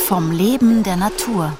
Vom Leben der Natur.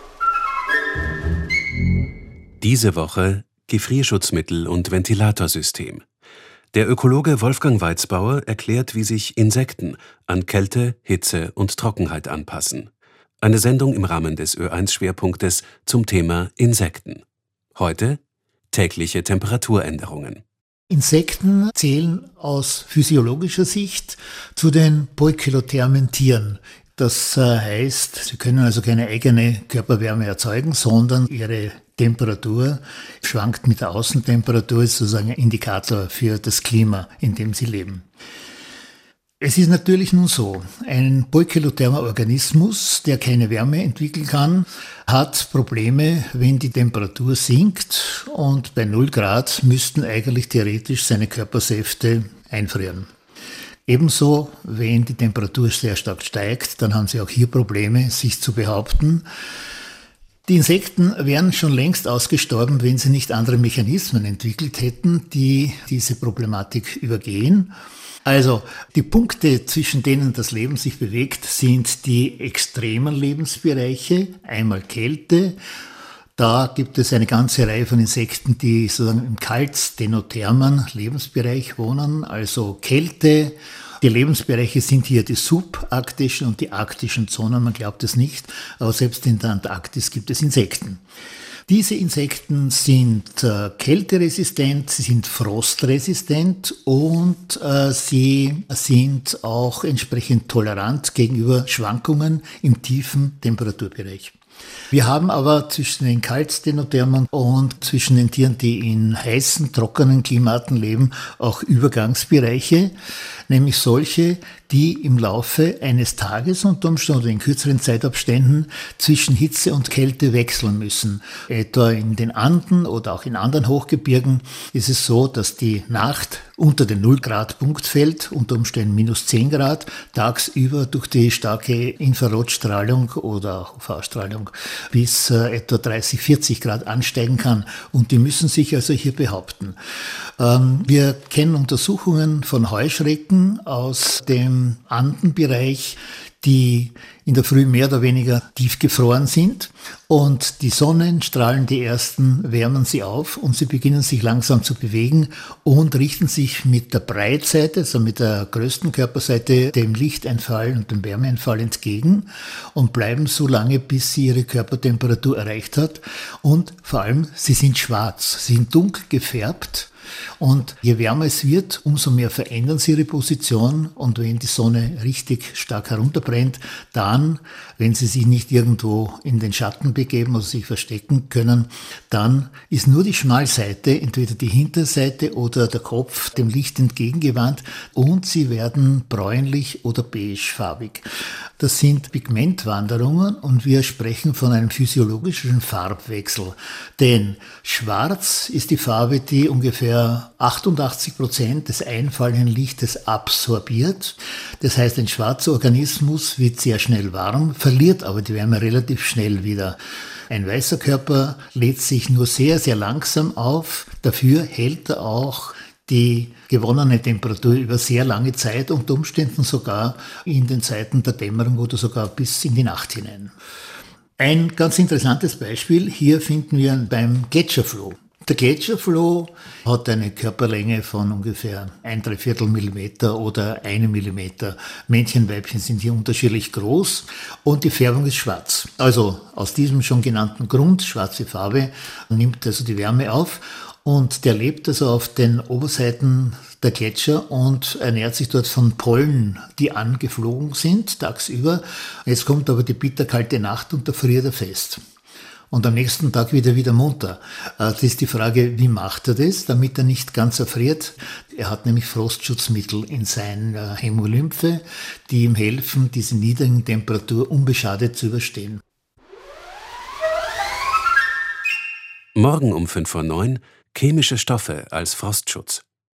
Diese Woche Gefrierschutzmittel und Ventilatorsystem. Der Ökologe Wolfgang Weitzbauer erklärt, wie sich Insekten an Kälte, Hitze und Trockenheit anpassen. Eine Sendung im Rahmen des Ö1-Schwerpunktes zum Thema Insekten. Heute tägliche Temperaturänderungen. Insekten zählen aus physiologischer Sicht zu den poikilothermen Tieren. Das heißt, sie können also keine eigene Körperwärme erzeugen, sondern ihre Temperatur schwankt mit der Außentemperatur, ist sozusagen ein Indikator für das Klima, in dem sie leben. Es ist natürlich nun so, ein poikilothermer Organismus, der keine Wärme entwickeln kann, hat Probleme, wenn die Temperatur sinkt, und bei 0 Grad müssten eigentlich theoretisch seine Körpersäfte einfrieren. Ebenso, wenn die Temperatur sehr stark steigt, dann haben sie auch hier Probleme, sich zu behaupten. Die Insekten wären schon längst ausgestorben, wenn sie nicht andere Mechanismen entwickelt hätten, die diese Problematik übergehen. Also die Punkte, zwischen denen das Leben sich bewegt, sind die extremen Lebensbereiche, einmal Kälte. Da gibt es eine ganze Reihe von Insekten, die sozusagen im kalt-stenothermen Lebensbereich wohnen, also Kälte. Die Lebensbereiche sind hier die subarktischen und die arktischen Zonen, man glaubt es nicht, aber selbst in der Antarktis gibt es Insekten. Diese Insekten sind kälteresistent, sie sind frostresistent und sie sind auch entsprechend tolerant gegenüber Schwankungen im tiefen Temperaturbereich. Wir haben aber zwischen den Kaltstenothermen und zwischen den Tieren, die in heißen, trockenen Klimaten leben, auch Übergangsbereiche, nämlich solche, die im Laufe eines Tages unter Umständen oder in kürzeren Zeitabständen zwischen Hitze und Kälte wechseln müssen. Etwa in den Anden oder auch in anderen Hochgebirgen ist es so, dass die Nacht unter den 0-Grad-Punkt fällt, unter Umständen minus 10 Grad, tagsüber durch die starke Infrarotstrahlung oder auch UV-Strahlung bis etwa 30, 40 Grad ansteigen kann. Und die müssen sich also hier behaupten. Wir kennen Untersuchungen von Heuschrecken aus dem Andenbereich, die in der Früh mehr oder weniger tiefgefroren sind, und die Sonnenstrahlen, die ersten, wärmen sie auf und sie beginnen sich langsam zu bewegen und richten sich mit der Breitseite, also mit der größten Körperseite, dem Lichteinfall und dem Wärmeeinfall entgegen und bleiben so lange, bis sie ihre Körpertemperatur erreicht hat. Und vor allem, sie sind schwarz, sie sind dunkel gefärbt. Und je wärmer es wird, umso mehr verändern sie ihre Position, und wenn die Sonne richtig stark herunterbrennt, dann, wenn sie sich nicht irgendwo in den Schatten begeben oder sich verstecken können, dann ist nur die Schmalseite, entweder die Hinterseite oder der Kopf, dem Licht entgegengewandt, und sie werden bräunlich oder beigefarbig. Das sind Pigmentwanderungen, und wir sprechen von einem physiologischen Farbwechsel. Denn schwarz ist die Farbe, die ungefähr 88% des einfallenden Lichtes absorbiert. Das heißt, ein schwarzer Organismus wird sehr schnell warm, verliert aber die Wärme relativ schnell wieder. Ein weißer Körper lädt sich nur sehr, sehr langsam auf. Dafür hält er auch die gewonnene Temperatur über sehr lange Zeit, unter Umständen sogar in den Zeiten der Dämmerung oder sogar bis in die Nacht hinein. Ein ganz interessantes Beispiel hier finden wir beim Gletscherfloh. Der Gletscherfloh hat eine Körperlänge von ungefähr 1/3 Millimeter oder 1 Millimeter. Männchen, Weibchen sind hier unterschiedlich groß und die Färbung ist schwarz. Also aus diesem schon genannten Grund, schwarze Farbe, nimmt also die Wärme auf. Und der lebt also auf den Oberseiten der Gletscher und ernährt sich dort von Pollen, die angeflogen sind tagsüber. Jetzt kommt aber die bitterkalte Nacht und da friert er fest. Und am nächsten Tag wieder munter. Das ist die Frage, wie macht er das, damit er nicht ganz erfriert? Er hat nämlich Frostschutzmittel in seiner Hämolymphe, die ihm helfen, diese niedrigen Temperatur unbeschadet zu überstehen. Morgen um 5:09 Uhr chemische Stoffe als Frostschutz.